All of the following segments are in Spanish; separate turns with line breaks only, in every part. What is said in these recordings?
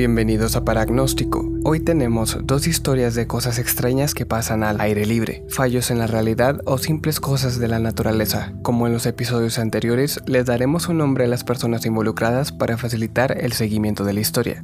bienvenidos a Paragnóstico. Hoy tenemos dos historias de cosas extrañas que pasan al aire libre, fallos en la realidad o simples cosas de la naturaleza. Como en los episodios anteriores, les daremos un nombre a las personas involucradas para facilitar el seguimiento de la historia.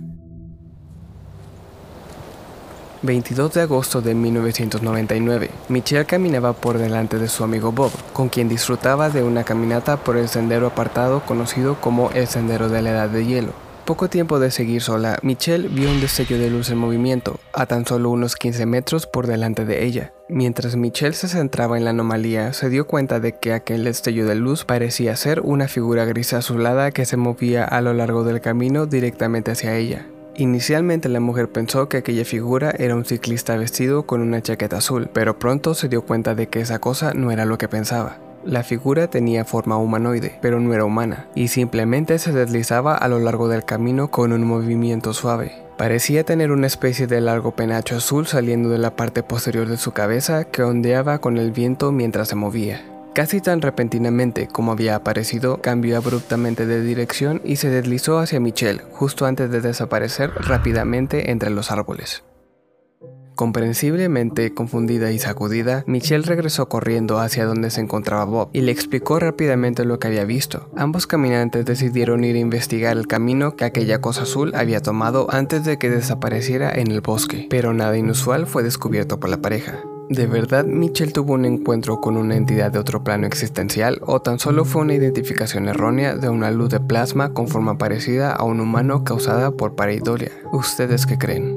22 de agosto de 1999, Michelle caminaba por delante de su amigo Bob, con quien disfrutaba de una caminata por el sendero apartado conocido como el Sendero de la Edad de Hielo. Poco tiempo de seguir sola, Michelle vio un destello de luz en movimiento, a tan solo unos 15 metros por delante de ella. Mientras Michelle se centraba en la anomalía, se dio cuenta de que aquel destello de luz parecía ser una figura gris azulada que se movía a lo largo del camino directamente hacia ella. Inicialmente la mujer pensó que aquella figura era un ciclista vestido con una chaqueta azul, pero pronto se dio cuenta de que esa cosa no era lo que pensaba. La figura tenía forma humanoide, pero no era humana, y simplemente se deslizaba a lo largo del camino con un movimiento suave. Parecía tener una especie de largo penacho azul saliendo de la parte posterior de su cabeza que ondeaba con el viento mientras se movía. Casi tan repentinamente como había aparecido, cambió abruptamente de dirección y se deslizó hacia Michelle, justo antes de desaparecer rápidamente entre los árboles. Comprensiblemente confundida y sacudida, Michelle regresó corriendo hacia donde se encontraba Bob y le explicó rápidamente lo que había visto. Ambos caminantes decidieron ir a investigar el camino que aquella cosa azul había tomado antes de que desapareciera en el bosque, pero nada inusual fue descubierto por la pareja. ¿De verdad Michelle tuvo un encuentro con una entidad de otro plano existencial o tan solo fue una identificación errónea de una luz de plasma con forma parecida a un humano causada por pareidolia? ¿Ustedes qué creen?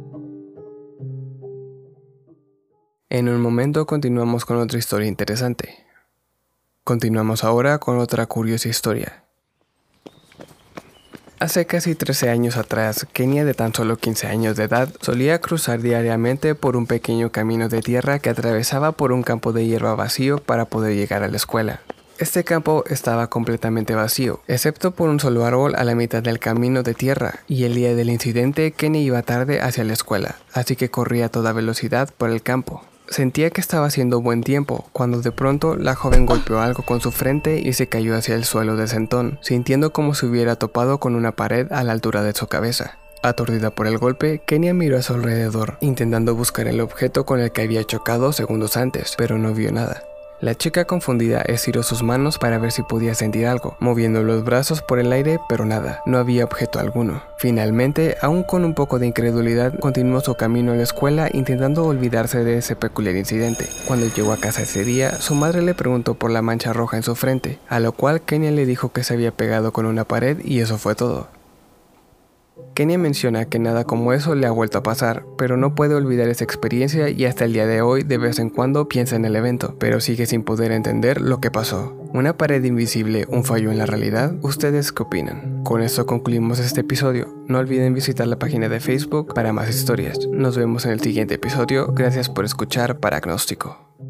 En un momento continuamos con otra historia interesante. Continuamos ahora con otra curiosa historia. Hace casi 13 años atrás, Kenia de tan solo 15 años de edad solía cruzar diariamente por un pequeño camino de tierra que atravesaba por un campo de hierba vacío para poder llegar a la escuela. Este campo estaba completamente vacío, excepto por un solo árbol a la mitad del camino de tierra, y el día del incidente Kenia iba tarde hacia la escuela, así que corría a toda velocidad por el campo. Sentía que estaba haciendo buen tiempo, cuando de pronto la joven golpeó algo con su frente y se cayó hacia el suelo de sentón, sintiendo como si hubiera topado con una pared a la altura de su cabeza. Aturdida por el golpe, Kenia miró a su alrededor, intentando buscar el objeto con el que había chocado segundos antes, pero no vio nada. La chica confundida estiró sus manos para ver si podía sentir algo, moviendo los brazos por el aire, pero nada, no había objeto alguno. Finalmente, aún con un poco de incredulidad, continuó su camino a la escuela intentando olvidarse de ese peculiar incidente. Cuando llegó a casa ese día, su madre le preguntó por la mancha roja en su frente, a lo cual Kenia le dijo que se había pegado con una pared y eso fue todo. Kenia menciona que nada como eso le ha vuelto a pasar, pero no puede olvidar esa experiencia y hasta el día de hoy de vez en cuando piensa en el evento, pero sigue sin poder entender lo que pasó. ¿Una pared invisible, un fallo en la realidad? ¿Ustedes qué opinan? Con esto concluimos este episodio. No olviden visitar la página de Facebook para más historias. Nos vemos en el siguiente episodio. Gracias por escuchar Paragnóstico.